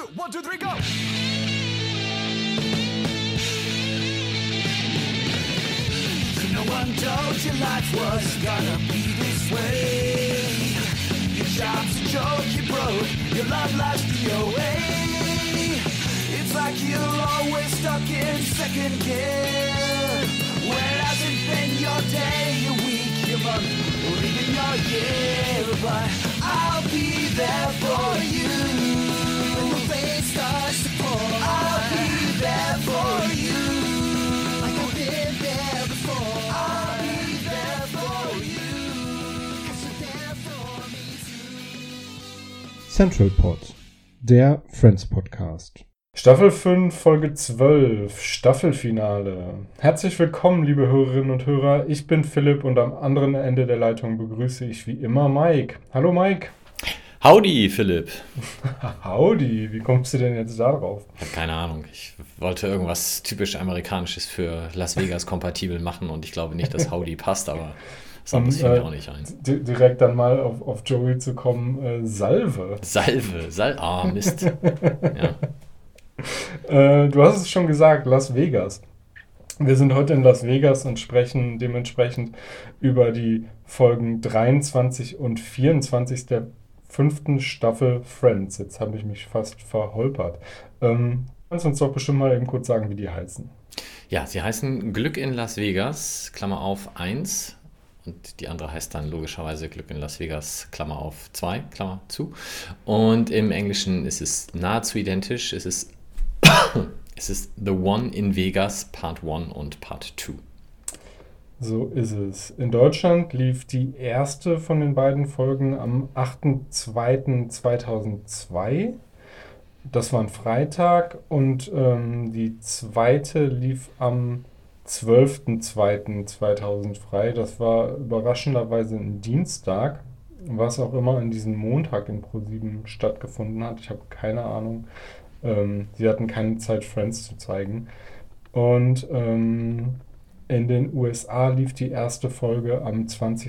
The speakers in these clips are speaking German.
1, 2, 3, go! No one told you life was gonna be this way. Your job's a joke, you broke, your love life's DOA. It's like you're always stuck in second gear. When it hasn't been your day, your week, your month, or even your year. But I'll be there for you. When the rain starts to pour, I'll be there for you. Like I've been there before. I'll be there for you. 'Cause you're there for me too. Central Pod, der Friends Podcast. Staffel 5, Folge 12, Staffelfinale. Herzlich willkommen, liebe Hörerinnen und Hörer. Ich bin Philipp und am anderen Ende der Leitung begrüße ich wie immer Mike. Hallo Mike. Howdy, Philipp. Howdy, wie kommst du denn jetzt da drauf? Ich habe keine Ahnung. Ich wollte irgendwas typisch Amerikanisches für Las Vegas kompatibel machen und ich glaube nicht, dass Howdy passt, aber sonst fiel mir auch nicht ein. Direkt dann mal auf Joey zu kommen, Salve. Mist. Ja. Du hast es schon gesagt, Las Vegas. Wir sind heute in Las Vegas und sprechen dementsprechend über die Folgen 23 und 24 der 5. Staffel Friends. Jetzt habe ich mich fast verholpert. Kannst du uns doch bestimmt mal eben kurz sagen, wie die heißen. Ja, sie heißen Glück in Las Vegas, Klammer auf 1. Und die andere heißt dann logischerweise Glück in Las Vegas, Klammer auf 2, Klammer zu. Und im Englischen ist es nahezu identisch. Es ist The One in Vegas, Part 1 und Part 2. So ist es. In Deutschland lief die erste von den beiden Folgen am 8.2.2002. Das war ein Freitag und die zweite lief am 12.2.2003. Das war überraschenderweise ein Dienstag, was auch immer an diesem Montag in ProSieben stattgefunden hat. Ich habe keine Ahnung. Sie hatten keine Zeit, Friends zu zeigen. Und in den USA lief die erste Folge am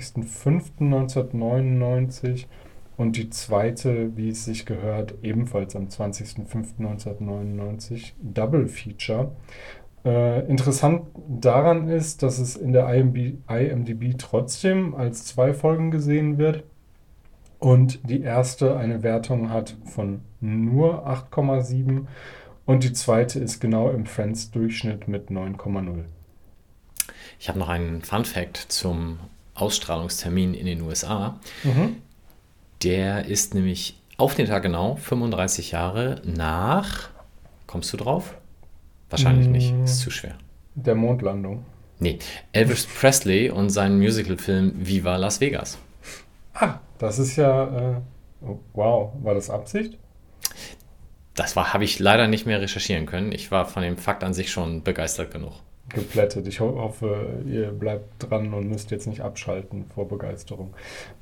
20.05.1999 und die zweite, wie es sich gehört, ebenfalls am 20.05.1999. Double Feature. Interessant daran ist, dass es in der IMDb trotzdem als 2 Folgen gesehen wird und die erste eine Wertung hat von nur 8,7 und die zweite ist genau im Friends-Durchschnitt mit 9,0. Ich habe noch einen Fun-Fact zum Ausstrahlungstermin in den USA. Der ist nämlich auf den Tag genau 35 Jahre nach, kommst du drauf? Wahrscheinlich nicht, ist zu schwer. Der Mondlandung. Nee, Elvis Presley und seinen Musicalfilm Viva Las Vegas. Das ist ja, wow, war das Absicht? Das habe ich leider nicht mehr recherchieren können. Ich war von dem Fakt an sich schon begeistert genug. Geplättet. Ich hoffe, ihr bleibt dran und müsst jetzt nicht abschalten vor Begeisterung.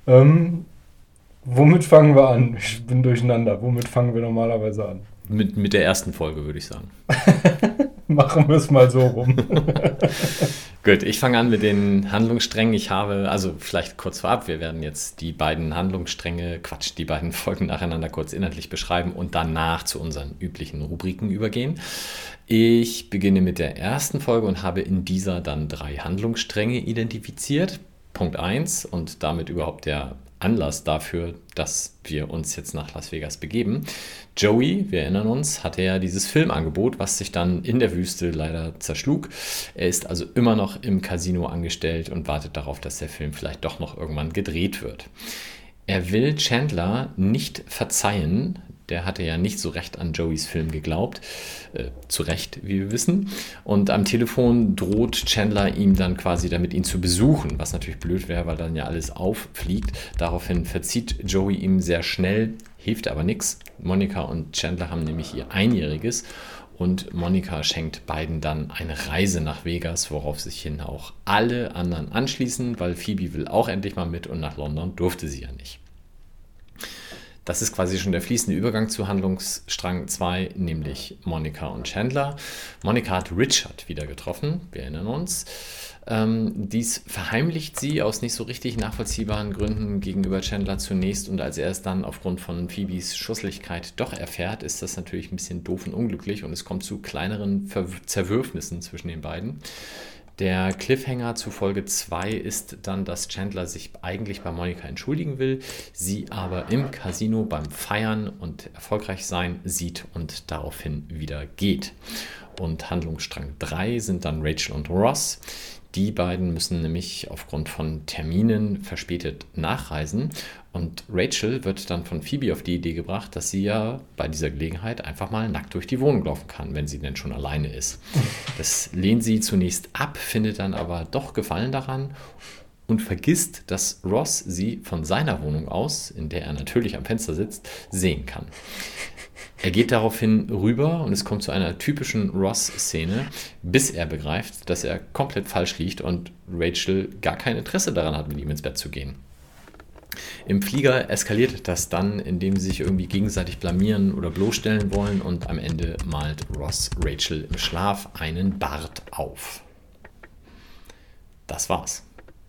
Womit fangen wir an? Ich bin durcheinander. Womit fangen wir normalerweise an? Mit der ersten Folge, würde ich sagen. Machen wir es mal so rum. Gut, ich fange an mit den Handlungssträngen. Also vielleicht kurz vorab, wir werden jetzt die beiden Folgen nacheinander kurz inhaltlich beschreiben und danach zu unseren üblichen Rubriken übergehen. Ich beginne mit der ersten Folge und habe in dieser dann 3 Handlungsstränge identifiziert. Punkt 1 und damit überhaupt der Anlass dafür, dass wir uns jetzt nach Las Vegas begeben. Joey, wir erinnern uns, hatte ja dieses Filmangebot, was sich dann in der Wüste leider zerschlug. Er ist also immer noch im Casino angestellt und wartet darauf, dass der Film vielleicht doch noch irgendwann gedreht wird. Er will Chandler nicht verzeihen. Der hatte ja nicht so recht an Joeys Film geglaubt. Zu Recht, wie wir wissen. Und am Telefon droht Chandler ihm dann quasi damit, ihn zu besuchen, was natürlich blöd wäre, weil dann ja alles auffliegt. Daraufhin verzieht Joey ihm sehr schnell, hilft aber nichts. Monica und Chandler haben nämlich ihr Einjähriges und Monica schenkt beiden dann eine Reise nach Vegas, worauf sich hin auch alle anderen anschließen, weil Phoebe will auch endlich mal mit und nach London durfte sie ja nicht. Das ist quasi schon der fließende Übergang zu Handlungsstrang 2, nämlich Monica und Chandler. Monica hat Richard wieder getroffen, wir erinnern uns. Dies verheimlicht sie aus nicht so richtig nachvollziehbaren Gründen gegenüber Chandler zunächst, und als er es dann aufgrund von Phoebes Schusslichkeit doch erfährt, ist das natürlich ein bisschen doof und unglücklich und es kommt zu kleineren Zerwürfnissen zwischen den beiden. Der Cliffhanger zu Folge 2 ist dann, dass Chandler sich eigentlich bei Monica entschuldigen will, sie aber im Casino beim Feiern und erfolgreich sein sieht und daraufhin wieder geht. Und Handlungsstrang 3 sind dann Rachel und Ross. Die beiden müssen nämlich aufgrund von Terminen verspätet nachreisen und Rachel wird dann von Phoebe auf die Idee gebracht, dass sie ja bei dieser Gelegenheit einfach mal nackt durch die Wohnung laufen kann, wenn sie denn schon alleine ist. Das lehnt sie zunächst ab, findet dann aber doch Gefallen daran und vergisst, dass Ross sie von seiner Wohnung aus, in der er natürlich am Fenster sitzt, sehen kann. Er geht daraufhin rüber und es kommt zu einer typischen Ross-Szene, bis er begreift, dass er komplett falsch liegt und Rachel gar kein Interesse daran hat, mit ihm ins Bett zu gehen. Im Flieger eskaliert das dann, indem sie sich irgendwie gegenseitig blamieren oder bloßstellen wollen und am Ende malt Ross Rachel im Schlaf einen Bart auf. Das war's.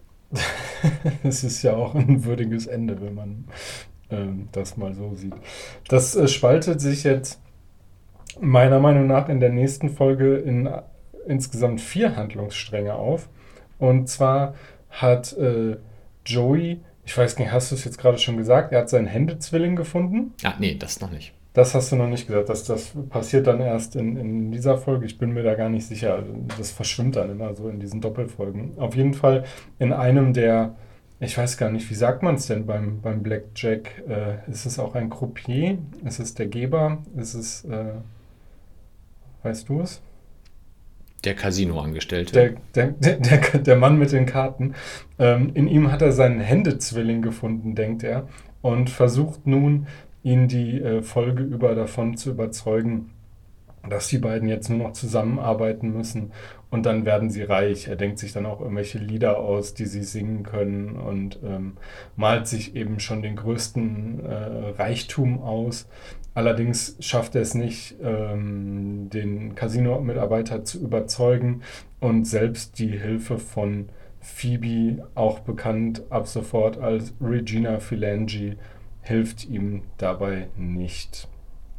Es ist ja auch ein würdiges Ende, wenn man das mal so sieht. Das spaltet sich jetzt meiner Meinung nach in der nächsten Folge in insgesamt 4 Handlungsstränge auf. Und zwar hat Joey, ich weiß nicht, hast du es jetzt gerade schon gesagt, er hat seinen Händezwilling gefunden? Nee, das noch nicht. Das hast du noch nicht gesagt. Das passiert dann erst in dieser Folge. Ich bin mir da gar nicht sicher. Das verschwimmt dann immer so in diesen Doppelfolgen. Auf jeden Fall in einem der, ich weiß gar nicht, wie sagt man es denn beim Blackjack? Ist es auch ein Croupier? Ist es der Geber? Ist es, weißt du es? Der Casino-Angestellte. Der Mann mit den Karten. In ihm hat er seinen Händezwilling gefunden, denkt er, und versucht nun, ihn die Folge über davon zu überzeugen, dass die beiden jetzt nur noch zusammenarbeiten müssen und dann werden sie reich. Er denkt sich dann auch irgendwelche Lieder aus, die sie singen können und malt sich eben schon den größten Reichtum aus. Allerdings schafft er es nicht, den Casino-Mitarbeiter zu überzeugen und selbst die Hilfe von Phoebe, auch bekannt ab sofort als Regina Phalange, hilft ihm dabei nicht.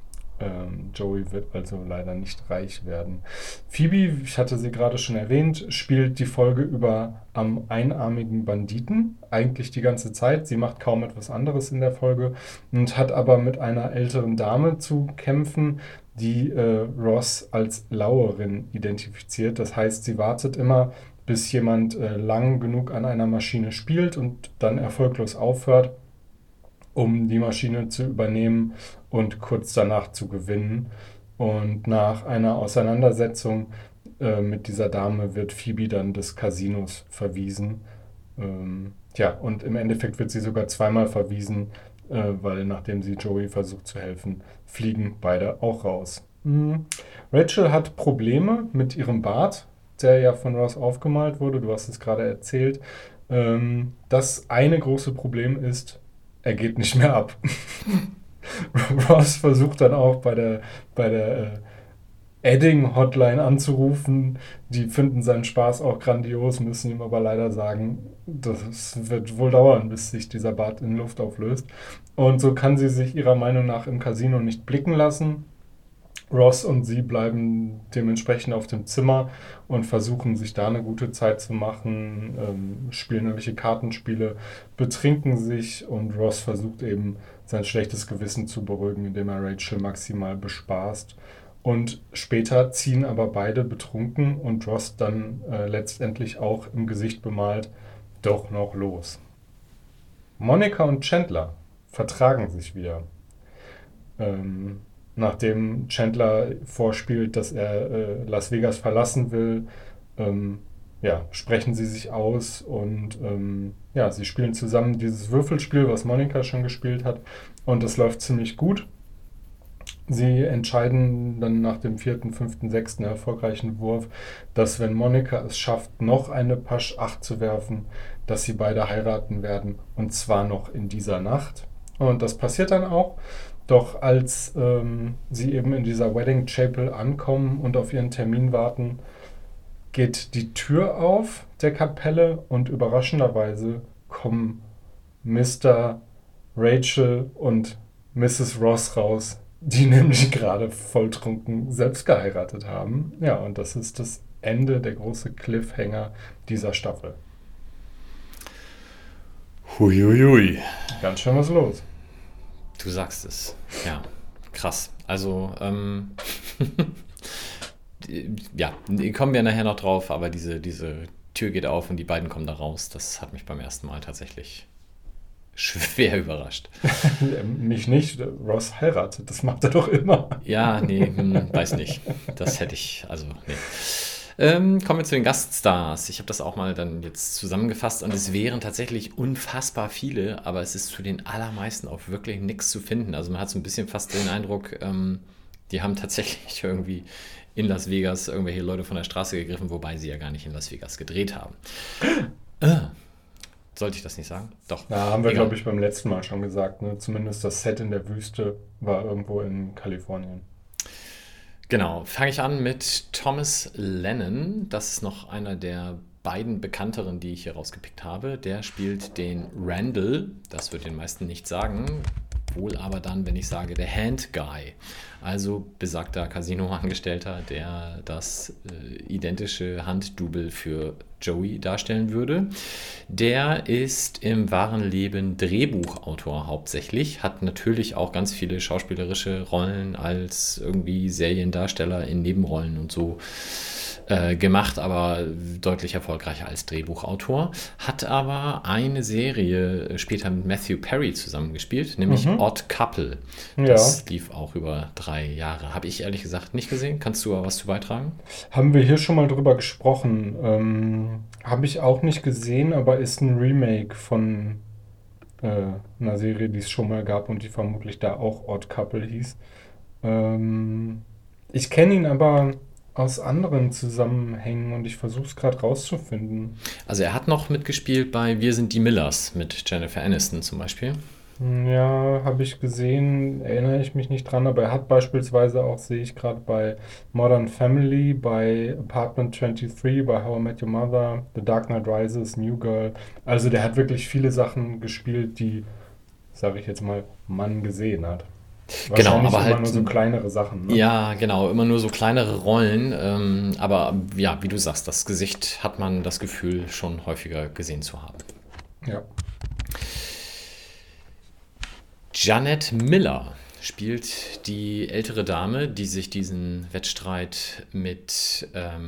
Joey wird also leider nicht reich werden. Phoebe, ich hatte sie gerade schon erwähnt, spielt die Folge über am einarmigen Banditen, eigentlich die ganze Zeit. Sie macht kaum etwas anderes in der Folge und hat aber mit einer älteren Dame zu kämpfen, die Ross als Lauerin identifiziert. Das heißt, sie wartet immer, bis jemand lang genug an einer Maschine spielt und dann erfolglos aufhört, um die Maschine zu übernehmen und kurz danach zu gewinnen. Und nach einer Auseinandersetzung mit dieser Dame wird Phoebe dann des Casinos verwiesen. Und im Endeffekt wird sie sogar zweimal verwiesen, weil nachdem sie Joey versucht zu helfen, fliegen beide auch raus. Rachel hat Probleme mit ihrem Bart, der ja von Ross aufgemalt wurde. Du hast es gerade erzählt. Das eine große Problem ist, er geht nicht mehr ab. Ross versucht dann auch bei der Edding-Hotline anzurufen. Die finden seinen Spaß auch grandios, müssen ihm aber leider sagen, das wird wohl dauern, bis sich dieser Bart in Luft auflöst. Und so kann sie sich ihrer Meinung nach im Casino nicht blicken lassen. Ross und sie bleiben dementsprechend auf dem Zimmer und versuchen, sich da eine gute Zeit zu machen, spielen irgendwelche Kartenspiele, betrinken sich und Ross versucht eben, sein schlechtes Gewissen zu beruhigen, indem er Rachel maximal bespaßt. Und später ziehen aber beide betrunken und Ross dann letztendlich auch im Gesicht bemalt doch noch los. Monica und Chandler vertragen sich wieder. Nachdem Chandler vorspielt, dass er Las Vegas verlassen will, sprechen sie sich aus und sie spielen zusammen dieses Würfelspiel, was Monica schon gespielt hat, und es läuft ziemlich gut. Sie entscheiden dann nach dem 4., 5., 6. erfolgreichen Wurf, dass wenn Monica es schafft, noch eine Pasch 8 zu werfen, dass sie beide heiraten werden, und zwar noch in dieser Nacht. Und das passiert dann auch. Doch als sie eben in dieser Wedding Chapel ankommen und auf ihren Termin warten, geht die Tür auf der Kapelle und überraschenderweise kommen Mr. Rachel und Mrs. Ross raus, die nämlich gerade volltrunken selbst geheiratet haben. Ja, und das ist das Ende, der große Cliffhanger dieser Staffel. Huiuiui. Ganz schön was los. Du sagst es. Ja, krass. Also, ja, kommen wir nachher noch drauf, aber diese Tür geht auf und die beiden kommen da raus. Das hat mich beim ersten Mal tatsächlich schwer überrascht. Mich nicht. Ross heiratet, das macht er doch immer. Ja, nee, weiß nicht. Das hätte ich, also, nee. Kommen wir zu den Gaststars. Ich habe das auch mal dann jetzt zusammengefasst und es wären tatsächlich unfassbar viele, aber es ist zu den allermeisten auch wirklich nichts zu finden. Also man hat so ein bisschen fast den Eindruck, die haben tatsächlich irgendwie in Las Vegas irgendwelche Leute von der Straße gegriffen, wobei sie ja gar nicht in Las Vegas gedreht haben. Sollte ich das nicht sagen? Doch. Ja, haben wir, glaube ich, beim letzten Mal schon gesagt. Ne? Zumindest das Set in der Wüste war irgendwo in Kalifornien. Genau, fange ich an mit Thomas Lennon. Das ist noch einer der beiden bekannteren, die ich hier rausgepickt habe. Der spielt den Randall. Das wird den meisten nicht sagen. Wohl aber dann, wenn ich sage, der Hand Guy. Also besagter Casino-Angestellter, der das identische Handdouble für Joey darstellen würde. Der ist im wahren Leben Drehbuchautor hauptsächlich, hat natürlich auch ganz viele schauspielerische Rollen als irgendwie Seriendarsteller in Nebenrollen und so gemacht, aber deutlich erfolgreicher als Drehbuchautor. Hat aber eine Serie später mit Matthew Perry zusammengespielt, nämlich Odd Couple. Das lief auch über 3 Jahre. Habe ich ehrlich gesagt nicht gesehen. Kannst du aber was zu beitragen? Haben wir hier schon mal drüber gesprochen. Habe ich auch nicht gesehen, aber ist ein Remake von einer Serie, die es schon mal gab und die vermutlich da auch Odd Couple hieß. Ich kenne ihn aber aus anderen Zusammenhängen und ich versuche es gerade rauszufinden. Also er hat noch mitgespielt bei Wir sind die Millers mit Jennifer Aniston zum Beispiel. Ja, habe ich gesehen, erinnere ich mich nicht dran, aber er hat beispielsweise auch, sehe ich gerade bei Modern Family, bei Apartment 23, bei How I Met Your Mother, The Dark Knight Rises, New Girl. Also der hat wirklich viele Sachen gespielt, die, sage ich jetzt mal, man gesehen hat. Genau, aber immer halt nur so kleinere Sachen. Ne? Ja, genau, immer nur so kleinere Rollen. Aber ja, wie du sagst, das Gesicht hat man das Gefühl, schon häufiger gesehen zu haben. Ja. Janet Miller spielt die ältere Dame, die sich diesen Wettstreit mit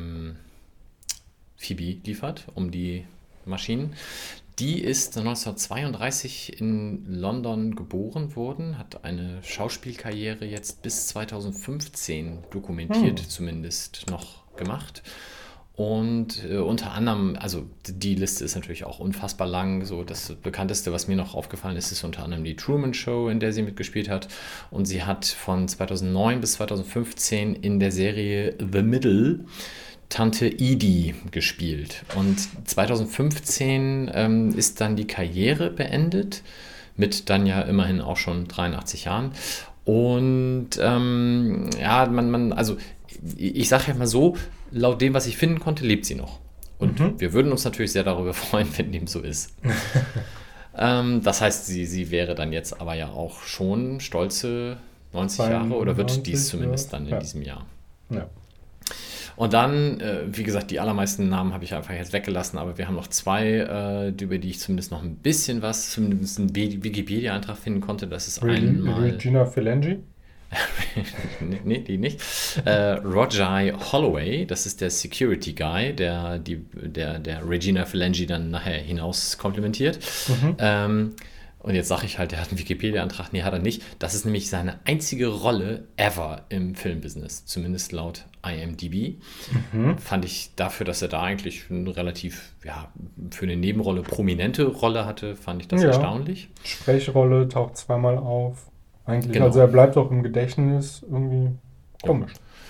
Phoebe liefert, um die Maschinen. Die ist 1932 in London geboren worden, hat eine Schauspielkarriere jetzt bis 2015 dokumentiert zumindest noch gemacht. Und unter anderem, also die Liste ist natürlich auch unfassbar lang. So das bekannteste, was mir noch aufgefallen ist, ist unter anderem die Truman Show, in der sie mitgespielt hat. Und sie hat von 2009 bis 2015 in der Serie The Middle Tante Edie gespielt. Und 2015 ist dann die Karriere beendet, mit dann ja immerhin auch schon 83 Jahren. Und ja, also ich sage ja mal so, laut dem, was ich finden konnte, lebt sie noch. Und wir würden uns natürlich sehr darüber freuen, wenn dem so ist. Das heißt, sie wäre dann jetzt aber ja auch schon stolze 90 Jahre oder wird dies zumindest dann in diesem Jahr. Ja. Und dann, wie gesagt, die allermeisten Namen habe ich einfach jetzt weggelassen, aber wir haben noch 2, über die ich zumindest noch ein bisschen was, zumindest einen Wikipedia-Eintrag finden konnte. Das ist einmal... Regina Phalange? Nee, die nicht. Roger Holloway, das ist der Security Guy, der Regina Phalange dann nachher hinaus komplimentiert. Und jetzt sage ich halt, der hat einen Wikipedia-Antrag. Nee, hat er nicht. Das ist nämlich seine einzige Rolle ever im Filmbusiness, zumindest laut IMDb. Fand ich dafür, dass er da eigentlich eine relativ, ja, für eine Nebenrolle prominente Rolle hatte, fand ich das erstaunlich. Sprechrolle taucht 2-mal auf. Eigentlich, genau. Also er bleibt auch im Gedächtnis irgendwie komisch.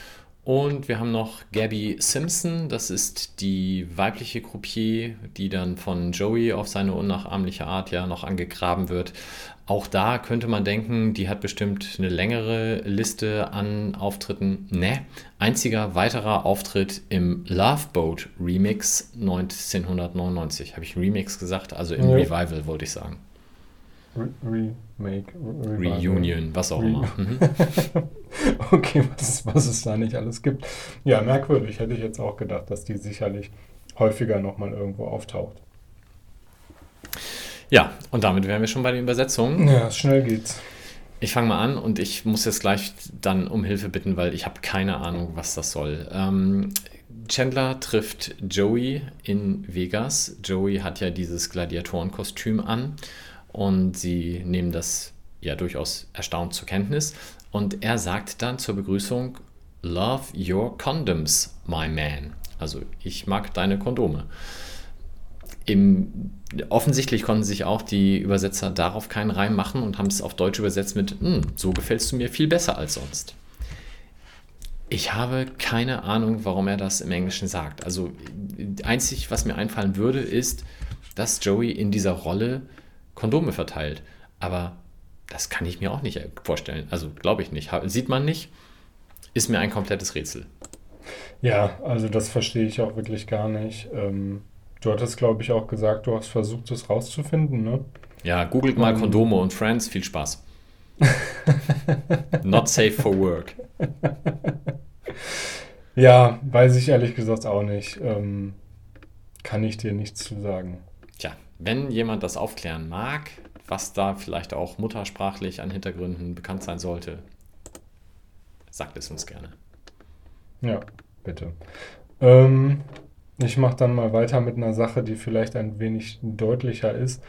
Und wir haben noch Gabby Simpson, das ist die weibliche Croupier, die dann von Joey auf seine unnachahmliche Art ja noch angegraben wird. Auch da könnte man denken, die hat bestimmt eine längere Liste an Auftritten. Ne, einziger weiterer Auftritt im Love Boat Remix 1999. Habe ich Remix gesagt? Also im Revival wollte ich sagen. Remake, Reunion, was auch immer. Mhm. Okay, was es da nicht alles gibt. Ja, merkwürdig. Hätte ich jetzt auch gedacht, dass die sicherlich häufiger nochmal irgendwo auftaucht. Ja, und damit wären wir schon bei den Übersetzungen. Ja, schnell geht's. Ich fange mal an und ich muss jetzt gleich dann um Hilfe bitten, weil ich habe keine Ahnung, was das soll. Chandler trifft Joey in Vegas. Joey hat ja dieses Gladiatorenkostüm an und sie nehmen das ja durchaus erstaunt zur Kenntnis. Und er sagt dann zur Begrüßung, "Love your condoms, my man." Also ich mag deine Kondome. Offensichtlich konnten sich auch die Übersetzer darauf keinen Reim machen und haben es auf Deutsch übersetzt mit "So gefällst du mir viel besser als sonst." Ich habe keine Ahnung, warum er das im Englischen sagt. Also einzig, was mir einfallen würde, ist, dass Joey in dieser Rolle Kondome verteilt. Aber das kann ich mir auch nicht vorstellen. Also glaube ich nicht. Sieht man nicht. Ist mir ein komplettes Rätsel. Ja, also das verstehe ich auch wirklich gar nicht. Du hattest, glaube ich, auch gesagt, du hast versucht, es rauszufinden, ne? Ja, googelt mal Kondome und Friends. Viel Spaß. Not safe for work. Ja, weiß ich ehrlich gesagt auch nicht. Kann ich dir nichts zu sagen. Tja, wenn jemand das aufklären mag, was da vielleicht auch muttersprachlich an Hintergründen bekannt sein sollte, sagt es uns gerne. Ja, bitte. Ich mache dann mal weiter mit einer Sache, die vielleicht ein wenig deutlicher ist.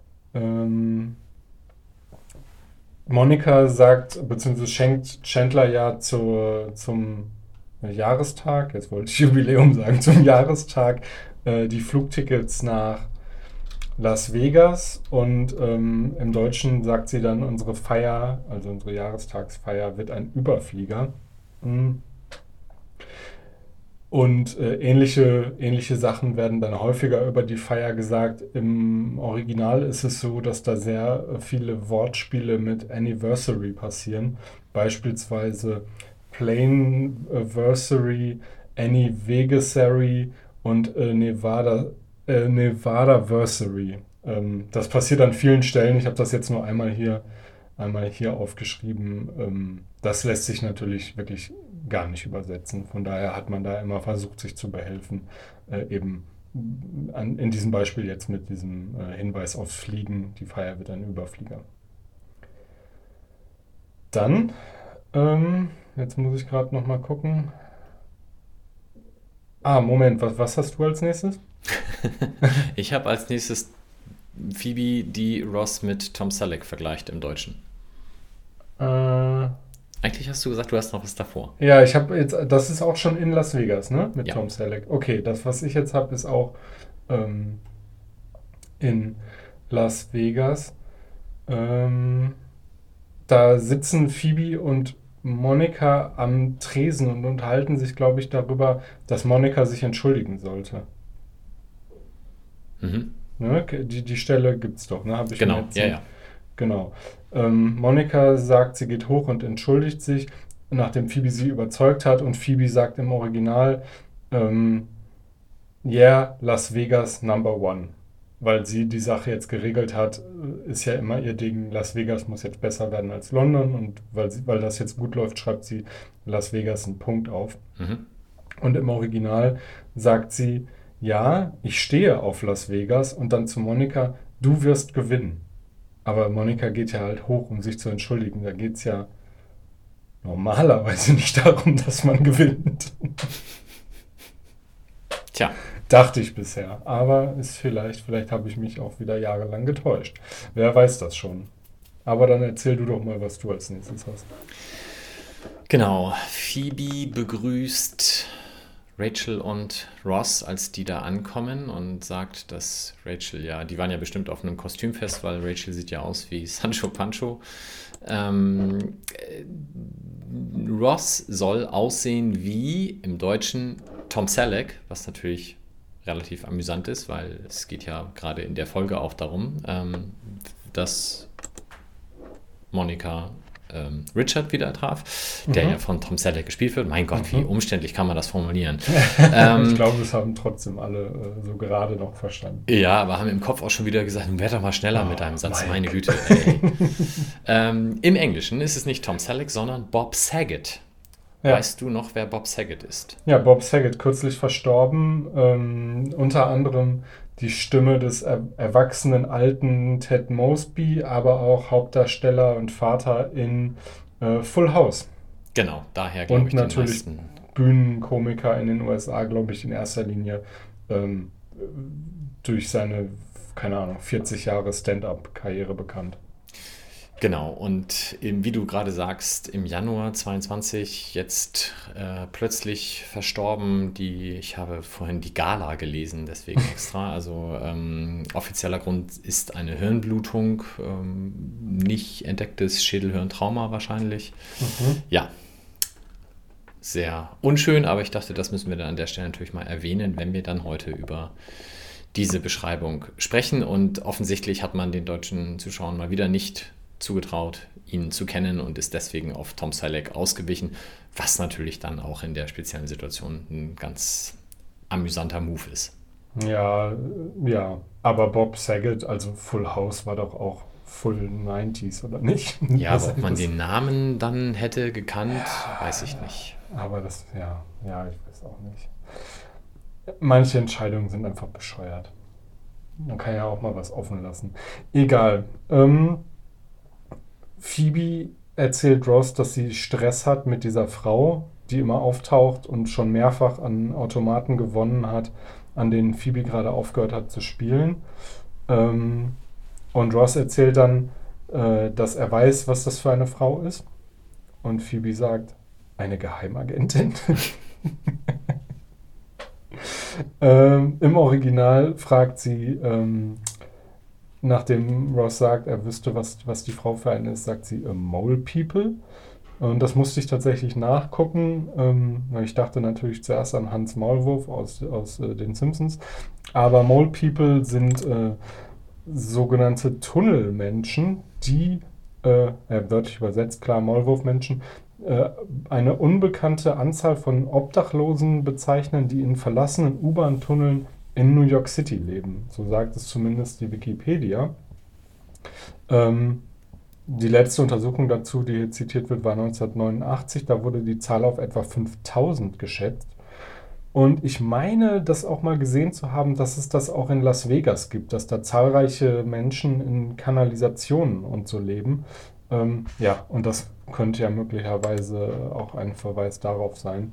Monica sagt, beziehungsweise schenkt Chandler ja zum Jahrestag, jetzt wollte ich Jubiläum sagen, zum Jahrestag die Flugtickets nach Las Vegas und im Deutschen sagt sie dann, unsere Feier, also unsere Jahrestagsfeier, wird ein Überflieger. Und ähnliche Sachen werden dann häufiger über die Feier gesagt. Im Original ist es so, dass da sehr viele Wortspiele mit Anniversary passieren. Beispielsweise Plainversary, Anniversary und Nevadaversary. Das passiert an vielen Stellen. Ich habe das jetzt nur einmal hier aufgeschrieben. Das lässt sich natürlich wirklich gar nicht übersetzen. Von daher hat man da immer versucht, sich zu behelfen. In diesem Beispiel jetzt mit diesem Hinweis aufs Fliegen. Die Feier wird ein Überflieger. Dann, jetzt muss ich gerade noch mal gucken. Moment, was hast du als nächstes? Ich habe als nächstes Phoebe, die Ross mit Tom Selleck vergleicht im Deutschen. Eigentlich hast du gesagt, du hast noch was davor. Ja, ich habe jetzt, das ist auch schon in Las Vegas, ne? Mit Ja. Tom Selleck. Okay, das, was ich jetzt habe, ist auch in Las Vegas. Da sitzen Phoebe und Monica am Tresen und unterhalten sich, glaube ich, darüber, dass Monica sich entschuldigen sollte. Mhm. Ne? Die Stelle gibt es doch, ne? Habe ich mir Genau, erzählt. ja. Genau. Monica sagt, sie geht hoch und entschuldigt sich, nachdem Phoebe sie überzeugt hat. Und Phoebe sagt im Original, yeah, Las Vegas #1. Weil sie die Sache jetzt geregelt hat, ist ja immer ihr Ding, Las Vegas muss jetzt besser werden als London. Und weil das jetzt gut läuft, schreibt sie Las Vegas einen Punkt auf. Mhm. Und im Original sagt sie, ja, ich stehe auf Las Vegas. Und dann zu Monica, du wirst gewinnen. Aber Monica geht ja halt hoch, um sich zu entschuldigen. Da geht es ja normalerweise nicht darum, dass man gewinnt. Tja, Dachte ich bisher. Aber ist vielleicht habe ich mich auch wieder jahrelang getäuscht. Wer weiß das schon. Aber dann erzähl du doch mal, was du als nächstes hast. genau. Phoebe begrüßt Rachel und Ross, als die da ankommen und sagt, dass Rachel die waren ja bestimmt auf einem Kostümfest, weil Rachel sieht ja aus wie Sancho Pancho. Ross soll aussehen wie im Deutschen Tom Selleck, was natürlich relativ amüsant ist, weil es geht ja gerade in der Folge auch darum, dass Monica Richard wieder traf, der ja von Tom Selleck gespielt wird. Mein Gott, wie umständlich kann man das formulieren? Ich glaube, das haben trotzdem alle so gerade noch verstanden. Ja, aber haben im Kopf auch schon wieder gesagt, werd doch mal schneller mit deinem Satz, meine Güte. Im Englischen ist es nicht Tom Selleck, sondern Bob Saget. Ja. Weißt du noch, wer Bob Saget ist? Ja, Bob Saget, kürzlich verstorben. Unter anderem die Stimme des erwachsenen alten Ted Mosby, aber auch Hauptdarsteller und Vater in Full House. Genau, daher glaube ich und natürlich Bühnenkomiker in den USA, glaube ich, in erster Linie durch seine, keine Ahnung, 40 Jahre Stand-up-Karriere bekannt. Genau, und wie du gerade sagst, im Januar 22 jetzt plötzlich verstorben. Ich habe vorhin die Gala gelesen, deswegen extra. Also offizieller Grund ist eine Hirnblutung, nicht entdecktes Schädelhirntrauma wahrscheinlich. Ja, sehr unschön, aber ich dachte, das müssen wir dann an der Stelle natürlich mal erwähnen, wenn wir dann heute über diese Beschreibung sprechen. Und offensichtlich hat man den deutschen Zuschauern mal wieder nicht zugetraut, ihn zu kennen und ist deswegen auf Tom Selleck ausgewichen, was natürlich dann auch in der speziellen Situation ein ganz amüsanter Move ist. Ja, aber Bob Saget, also Full House war doch auch Full 90s, oder nicht? Ja, aber ob man den Namen dann hätte gekannt, weiß ich nicht. Aber das, ja, ich weiß auch nicht. Manche Entscheidungen sind einfach bescheuert. Man kann ja auch mal was offen lassen. Egal. Phoebe erzählt Ross, dass sie Stress hat mit dieser Frau, die immer auftaucht und schon mehrfach an Automaten gewonnen hat, an denen Phoebe gerade aufgehört hat zu spielen. Und Ross erzählt dann, dass er weiß, was das für eine Frau ist. Und Phoebe sagt, eine Geheimagentin. Im Original fragt sie, nachdem Ross sagt, er wüsste, was die Frau für eine ist, sagt sie Mole People. Und das musste ich tatsächlich nachgucken. Ich dachte natürlich zuerst an Hans Maulwurf aus den Simpsons. Aber Mole People sind sogenannte Tunnelmenschen, die, wörtlich übersetzt, klar, Maulwurfmenschen, eine unbekannte Anzahl von Obdachlosen bezeichnen, die in verlassenen U-Bahn-Tunneln in New York City leben. So sagt es zumindest die Wikipedia. Die letzte Untersuchung dazu, die hier zitiert wird, war 1989. Da wurde die Zahl auf etwa 5000 geschätzt. Und ich meine, das auch mal gesehen zu haben, dass es das auch in Las Vegas gibt, dass da zahlreiche Menschen in Kanalisationen und so leben. Und das könnte ja möglicherweise auch ein Verweis darauf sein.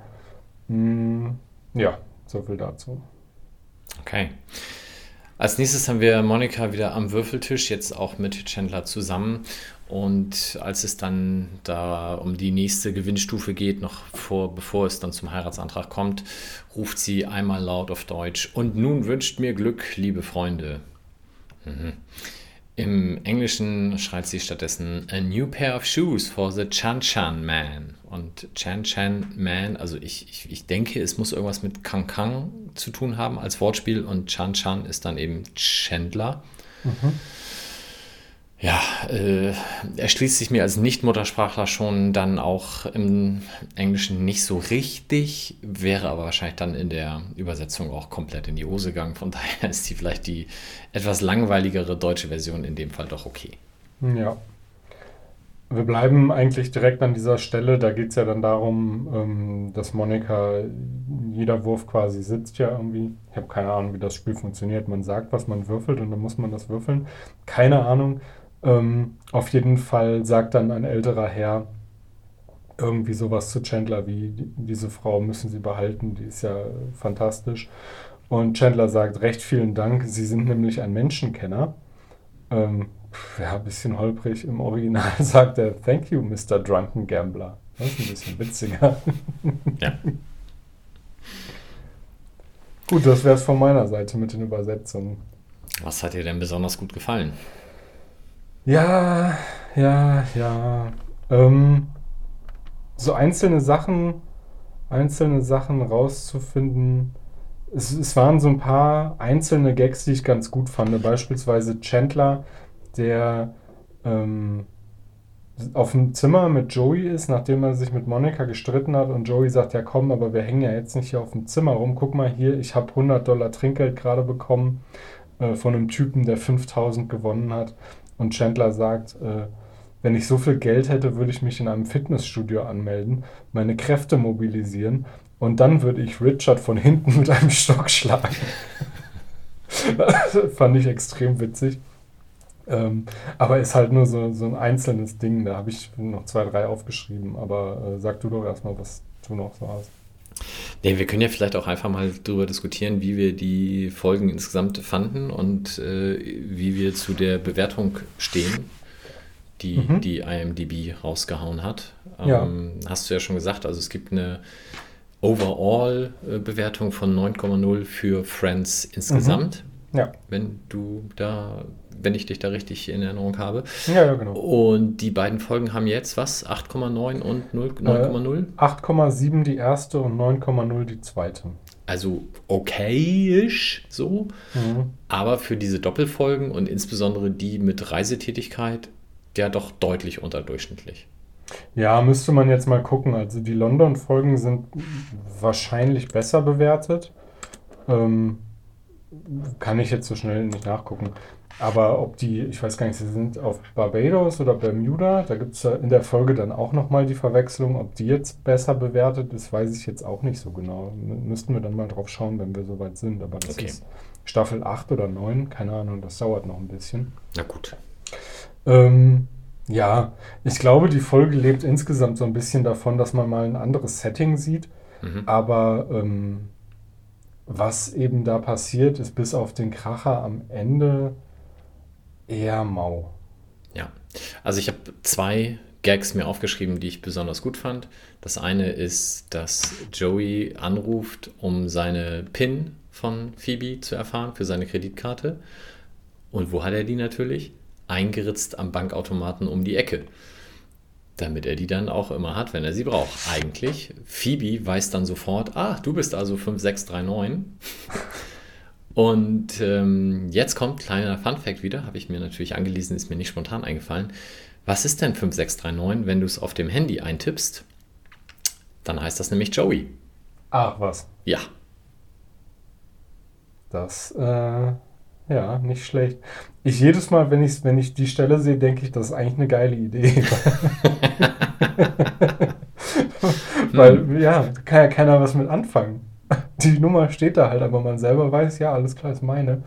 So viel dazu. Okay. Als nächstes haben wir Monica wieder am Würfeltisch, jetzt auch mit Chandler zusammen. Und als es dann da um die nächste Gewinnstufe geht, bevor es dann zum Heiratsantrag kommt, ruft sie einmal laut auf Deutsch: Und nun wünscht mir Glück, liebe Freunde. Im Englischen schreit sie stattdessen A new pair of shoes for the Chan Chan Man. Und Chan Chan Man, also ich denke, es muss irgendwas mit Kang Kang zu tun haben als Wortspiel, und Chan Chan ist dann eben Chandler. Ja, erschließt sich mir als Nicht-Muttersprachler schon dann auch im Englischen nicht so richtig, wäre aber wahrscheinlich dann in der Übersetzung auch komplett in die Hose gegangen. Von daher ist vielleicht die etwas langweiligere deutsche Version in dem Fall doch okay. Ja. Wir bleiben eigentlich direkt an dieser Stelle. Da geht es ja dann darum, dass Monica, jeder Wurf quasi sitzt ja irgendwie. Ich habe keine Ahnung, wie das Spiel funktioniert. Man sagt, was man würfelt, und dann muss man das würfeln. Keine Ahnung. Auf jeden Fall sagt dann ein älterer Herr irgendwie sowas zu Chandler wie, diese Frau müssen Sie behalten, die ist ja fantastisch. Und Chandler sagt, recht vielen Dank, Sie sind nämlich ein Menschenkenner. Ein bisschen holprig. Im Original sagt er, thank you, Mr. Drunken Gambler. Das ist ein bisschen witziger. Ja. Gut, das wäre es von meiner Seite mit den Übersetzungen. Was hat dir denn besonders gut gefallen? so einzelne Sachen rauszufinden. Es waren so ein paar einzelne Gags, die ich ganz gut fand. Beispielsweise Chandler, der auf dem Zimmer mit Joey ist, nachdem er sich mit Monica gestritten hat und Joey sagt, ja komm, aber wir hängen ja jetzt nicht hier auf dem Zimmer rum. Guck mal hier, ich habe $100 Trinkgeld gerade bekommen von einem Typen, der 5.000 gewonnen hat. Und Chandler sagt, wenn ich so viel Geld hätte, würde ich mich in einem Fitnessstudio anmelden, meine Kräfte mobilisieren und dann würde ich Richard von hinten mit einem Stock schlagen. Das fand ich extrem witzig. Aber ist halt nur so ein einzelnes Ding. Da habe ich noch 2, 3 aufgeschrieben. Aber sag du doch erstmal, was du noch so hast. Nee, wir können ja vielleicht auch einfach mal darüber diskutieren, wie wir die Folgen insgesamt fanden und wie wir zu der Bewertung stehen, die IMDb rausgehauen hat. Ja. Hast du ja schon gesagt, also es gibt eine Overall-Bewertung von 9,0 für Friends insgesamt. Ja. Wenn ich dich da richtig in Erinnerung habe. Ja, genau. Und die beiden Folgen haben jetzt was? 8,9 und 9,0? 8,7 die erste und 9,0 die zweite. Also okayisch so. Aber für diese Doppelfolgen und insbesondere die mit Reisetätigkeit ja doch deutlich unterdurchschnittlich. Ja, müsste man jetzt mal gucken. Also die London-Folgen sind wahrscheinlich besser bewertet. Kann ich jetzt so schnell nicht nachgucken. Aber ob die, ich weiß gar nicht, sie sind auf Barbados oder Bermuda, da gibt es ja in der Folge dann auch nochmal die Verwechslung. Ob die jetzt besser bewertet ist, weiß ich jetzt auch nicht so genau. Müssten wir dann mal drauf schauen, wenn wir soweit sind. Aber das ist Staffel 8 oder 9, keine Ahnung, das dauert noch ein bisschen. Na gut. Ja, ich glaube, die Folge lebt insgesamt so ein bisschen davon, dass man mal ein anderes Setting sieht. Aber was eben da passiert, ist bis auf den Kracher am Ende eher mau. Ja, also ich habe 2 Gags mir aufgeschrieben, die ich besonders gut fand. Das eine ist, dass Joey anruft, um seine PIN von Phoebe zu erfahren für seine Kreditkarte. Und wo hat er die natürlich? Eingeritzt am Bankautomaten um die Ecke. Damit er die dann auch immer hat, wenn er sie braucht. Eigentlich, Phoebe weiß dann sofort, du bist also 5639. Und jetzt kommt kleiner Funfact wieder, habe ich mir natürlich angelesen, ist mir nicht spontan eingefallen. Was ist denn 5639, wenn du es auf dem Handy eintippst? Dann heißt das nämlich Joey. Ach, was? Ja. Das, ja, nicht schlecht. Jedes Mal, wenn ich die Stelle sehe, denke ich, das ist eigentlich eine geile Idee. Weil, ja, kann ja keiner was mit anfangen. Die Nummer steht da halt, aber man selber weiß, ja, alles klar, ist meine.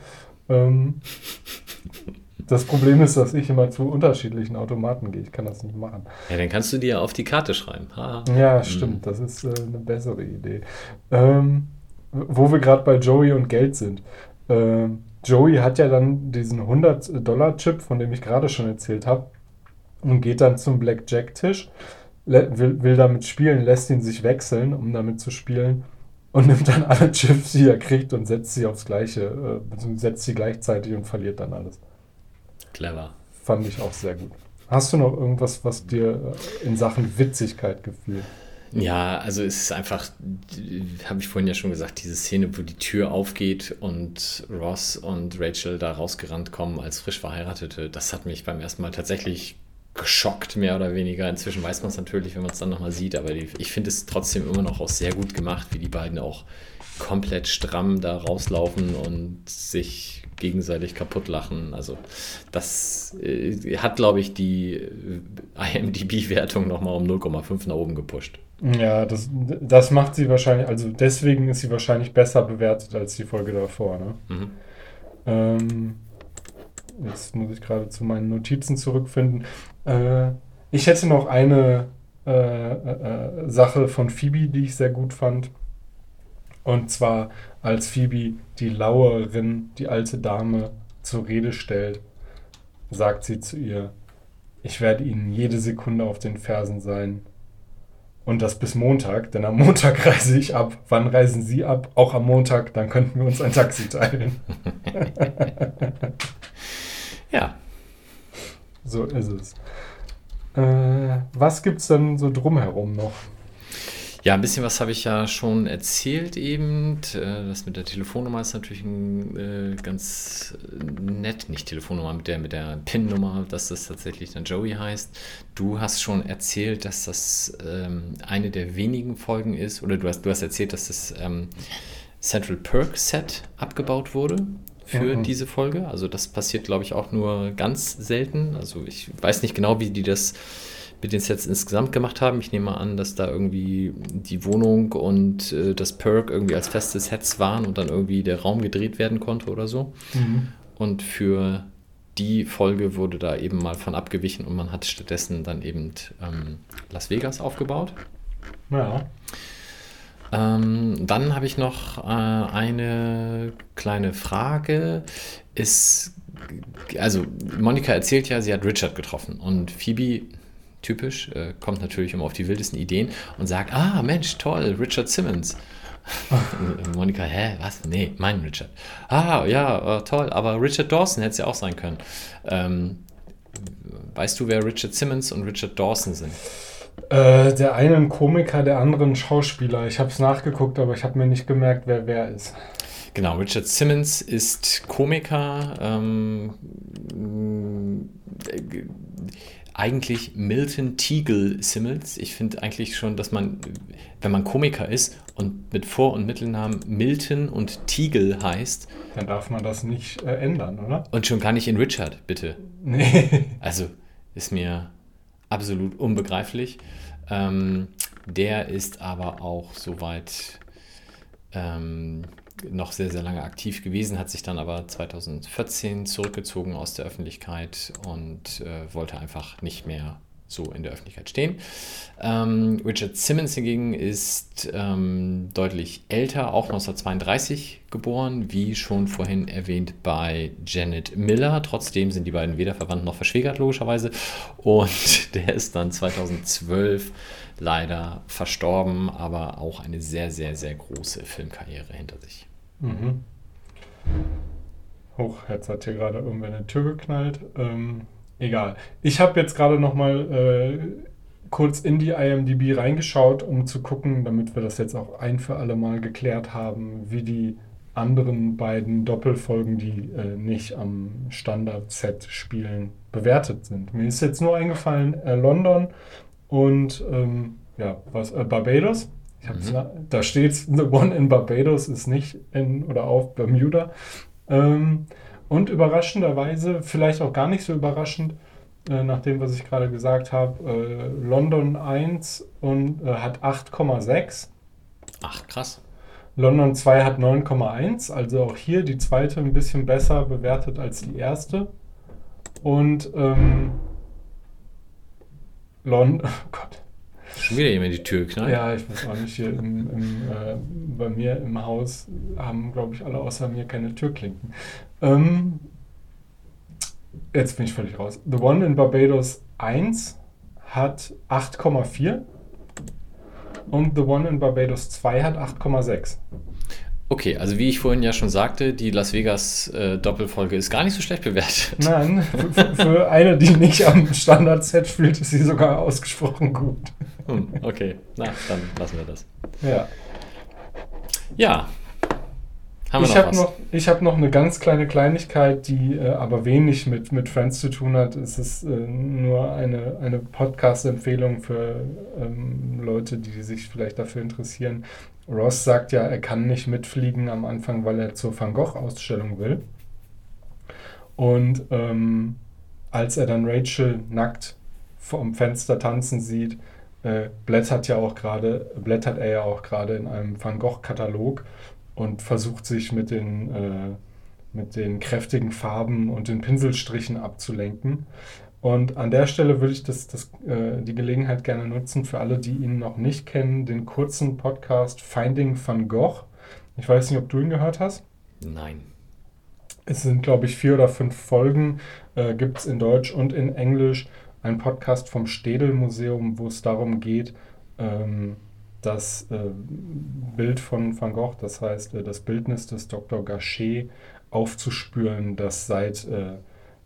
Das Problem ist, dass ich immer zu unterschiedlichen Automaten gehe. Ich kann das nicht machen. Ja, dann kannst du dir auf die Karte schreiben. Ja, stimmt. Das ist eine bessere Idee. Wo wir gerade bei Joey und Geld sind. Joey hat ja dann diesen $100-Chip, von dem ich gerade schon erzählt habe, und geht dann zum Blackjack-Tisch, will damit spielen, lässt ihn sich wechseln, um damit zu spielen, und nimmt dann alle Chips, die er kriegt, und setzt sie aufs Gleiche, setzt sie gleichzeitig und verliert dann alles. Clever. Fand ich auch sehr gut. Hast du noch irgendwas, was dir in Sachen Witzigkeit gefiel? Ja, also es ist einfach, habe ich vorhin ja schon gesagt, diese Szene, wo die Tür aufgeht und Ross und Rachel da rausgerannt kommen als frisch Verheiratete, das hat mich beim ersten Mal tatsächlich geschockt, mehr oder weniger. Inzwischen weiß man es natürlich, wenn man es dann nochmal sieht, aber ich finde es trotzdem immer noch auch sehr gut gemacht, wie die beiden auch komplett stramm da rauslaufen und sich gegenseitig kaputt lachen. Also das hat, glaube ich, die IMDb-Wertung nochmal um 0,5 nach oben gepusht. Ja, das macht sie wahrscheinlich, also deswegen ist sie wahrscheinlich besser bewertet als die Folge davor, ne? Jetzt muss ich gerade zu meinen Notizen zurückfinden. Ich hätte noch eine Sache von Phoebe, die ich sehr gut fand. Und zwar, als Phoebe die Lauerin, die alte Dame, zur Rede stellt, sagt sie zu ihr, ich werde Ihnen jede Sekunde auf den Fersen sein. Und das bis Montag, denn am Montag reise ich ab. Wann reisen Sie ab? Auch am Montag, dann könnten wir uns ein Taxi teilen. Ja. So ist es. Was gibt's denn so drumherum noch? Ja, ein bisschen was habe ich ja schon erzählt eben. Das mit der Telefonnummer ist natürlich ganz nett. Nicht Telefonnummer, mit der PIN-Nummer, dass das tatsächlich dann Joey heißt. Du hast schon erzählt, dass das eine der wenigen Folgen ist, oder du hast erzählt, dass das Central Perk Set abgebaut wurde für diese Folge. Also das passiert, glaube ich, auch nur ganz selten. Also ich weiß nicht genau, wie die das mit den Sets insgesamt gemacht haben. Ich nehme mal an, dass da irgendwie die Wohnung und das Perk irgendwie als feste Sets waren und dann irgendwie der Raum gedreht werden konnte oder so. Und für die Folge wurde da eben mal von abgewichen und man hat stattdessen dann eben Las Vegas aufgebaut. Ja. Dann habe ich noch eine kleine Frage. Also Monika erzählt ja, sie hat Richard getroffen und Phoebe, typisch, kommt natürlich immer auf die wildesten Ideen und sagt, Mensch, toll, Richard Simmons. Monika, hä, was? Nee, mein Richard. Ja, toll, aber Richard Dawson hätte es ja auch sein können. Weißt du, wer Richard Simmons und Richard Dawson sind? Der eine ein Komiker, der andere ein Schauspieler. Ich habe es nachgeguckt, aber ich habe mir nicht gemerkt, wer ist. Genau, Richard Simmons ist Komiker, eigentlich Milton Teagle Simmons. Ich finde eigentlich schon, dass man, wenn man Komiker ist und mit Vor- und Mittelnamen Milton und Teagle heißt, dann darf man das nicht ändern, oder? Und schon gar nicht in Richard, bitte. Nee. Also ist mir absolut unbegreiflich. Der ist aber auch soweit noch sehr, sehr lange aktiv gewesen, hat sich dann aber 2014 zurückgezogen aus der Öffentlichkeit und wollte einfach nicht mehr so in der Öffentlichkeit stehen. Richard Simmons hingegen ist deutlich älter, auch 1932 geboren, wie schon vorhin erwähnt bei Janet Miller. Trotzdem sind die beiden weder verwandt noch verschwägert, logischerweise. Und der ist dann 2012 leider verstorben, aber auch eine sehr, sehr, sehr große Filmkarriere hinter sich. Jetzt hat hier gerade irgendwer eine Tür geknallt. Egal. Ich habe jetzt gerade noch mal kurz in die IMDb reingeschaut, um zu gucken, damit wir das jetzt auch ein für alle Mal geklärt haben, wie die anderen beiden Doppelfolgen, die nicht am Standard-Set spielen, bewertet sind. Mir ist jetzt nur eingefallen, London und Barbados. Da steht The One in Barbados ist nicht in oder auf Bermuda. Und überraschenderweise, vielleicht auch gar nicht so überraschend, nach dem, was ich gerade gesagt habe, London 1 und hat 8,6. Ach, krass. London 2 hat 9,1, also auch hier die zweite ein bisschen besser bewertet als die erste. Und London, oh Gott. Schon wieder jemand die Tür knallt? Ja, ich weiß auch nicht, hier bei mir im Haus haben, glaube ich, alle außer mir keine Türklinken. Jetzt bin ich völlig raus. The One in Barbados 1 hat 8,4 und The One in Barbados 2 hat 8,6. Okay, also wie ich vorhin ja schon sagte, die Las Vegas Doppelfolge ist gar nicht so schlecht bewertet. Nein, für eine, die nicht am Standard-Set spielt, ist sie sogar ausgesprochen gut. Okay, na, dann lassen wir das. Ja. Ja. Ich habe noch eine ganz kleine Kleinigkeit, die aber wenig mit Friends zu tun hat. Es ist nur eine Podcast-Empfehlung für Leute, die sich vielleicht dafür interessieren. Ross sagt ja, er kann nicht mitfliegen am Anfang, weil er zur Van Gogh-Ausstellung will. Und als er dann Rachel nackt vom Fenster tanzen sieht, blättert er ja auch gerade in einem Van Gogh-Katalog und versucht sich mit den kräftigen Farben und den Pinselstrichen abzulenken. Und an der Stelle würde ich die Gelegenheit gerne nutzen, für alle, die ihn noch nicht kennen, den kurzen Podcast Finding Van Gogh. Ich weiß nicht, ob du ihn gehört hast. Nein. Es sind, glaube ich, 4 oder 5 Folgen, gibt es in Deutsch und in Englisch. Ein Podcast vom Städel-Museum, wo es darum geht, das Bild von Van Gogh, das heißt das Bildnis des Dr. Gachet, aufzuspüren, das seit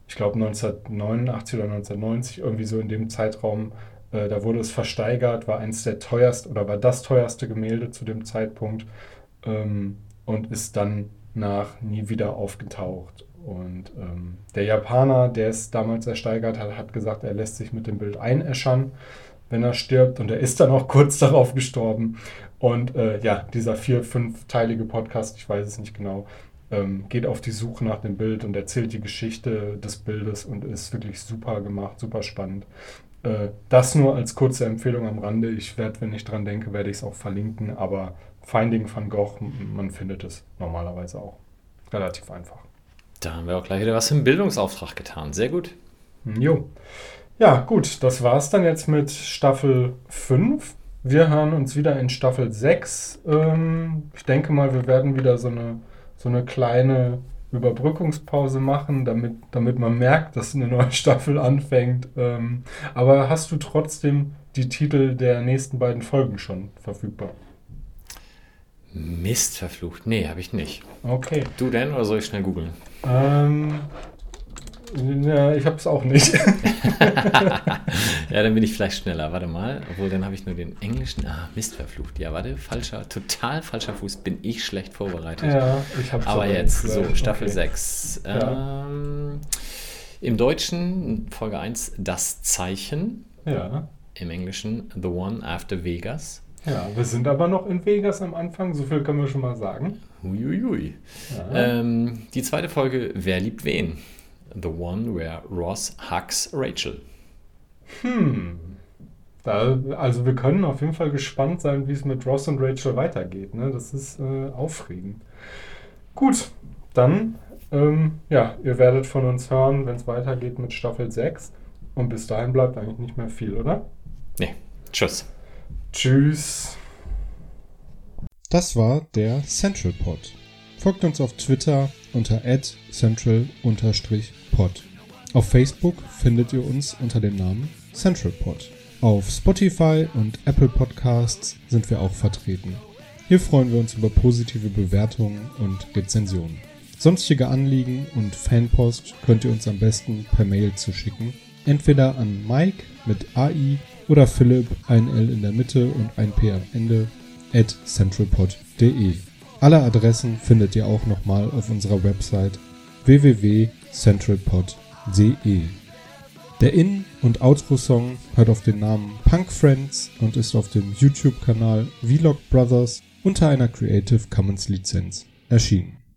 ich glaube 1989 oder 1990, irgendwie so in dem Zeitraum, da wurde es versteigert, war eins der teuersten oder war das teuerste Gemälde zu dem Zeitpunkt und ist dann nie wieder aufgetaucht. Und der Japaner, der es damals ersteigert hat, hat gesagt, er lässt sich mit dem Bild einäschern, wenn er stirbt. Und er ist dann auch kurz darauf gestorben. Und dieser 4-5-teilige Podcast, ich weiß es nicht genau, geht auf die Suche nach dem Bild und erzählt die Geschichte des Bildes und ist wirklich super gemacht, super spannend. Das nur als kurze Empfehlung am Rande. Ich werde, wenn ich dran denke, werde ich es auch verlinken. Aber Finding Van Gogh, man findet es normalerweise auch relativ einfach. Da haben wir auch gleich wieder was im Bildungsauftrag getan. Sehr gut. Jo. Ja, gut. Das war's dann jetzt mit Staffel 5. Wir hören uns wieder in Staffel 6. Ich denke mal, wir werden wieder so eine kleine Überbrückungspause machen, damit man merkt, dass eine neue Staffel anfängt. Aber hast du trotzdem die Titel der nächsten beiden Folgen schon verfügbar? Mist, verflucht. Nee, habe ich nicht. Okay. Du denn, oder soll ich schnell googeln? Ja, ich habe es auch nicht. Ja, dann bin ich vielleicht schneller. Warte mal. Obwohl, dann habe ich nur den englischen. Mist, verflucht. Ja, warte. Total falscher Fuß. Bin ich schlecht vorbereitet. Ja, ich habe es aber jetzt, so, Staffel okay. 6. Ja. Im Deutschen, Folge 1, Das Zeichen. Ja. Im Englischen, The One After Vegas. Ja, wir sind aber noch in Vegas am Anfang. So viel können wir schon mal sagen. Huiuiui. Ja. Die zweite Folge, Wer liebt wen? The One Where Ross Hugs Rachel. Also wir können auf jeden Fall gespannt sein, wie es mit Ross und Rachel weitergeht. Ne? Das ist aufregend. Gut, dann, ihr werdet von uns hören, wenn es weitergeht mit Staffel 6. Und bis dahin bleibt eigentlich nicht mehr viel, oder? Nee, tschüss. Tschüss. Das war der Central Pod. Folgt uns auf Twitter unter @central_pod. Auf Facebook findet ihr uns unter dem Namen Central Pod. Auf Spotify und Apple Podcasts sind wir auch vertreten. Hier freuen wir uns über positive Bewertungen und Rezensionen. Sonstige Anliegen und Fanpost könnt ihr uns am besten per Mail zuschicken. Entweder an Mike mit AI oder Philipp, ein L in der Mitte und ein P am Ende, @centralpod.de. Alle Adressen findet ihr auch nochmal auf unserer Website www.centralpod.de. Der In- und Outro-Song hört auf den Namen Punk Friends und ist auf dem YouTube-Kanal Vlog Brothers unter einer Creative Commons Lizenz erschienen.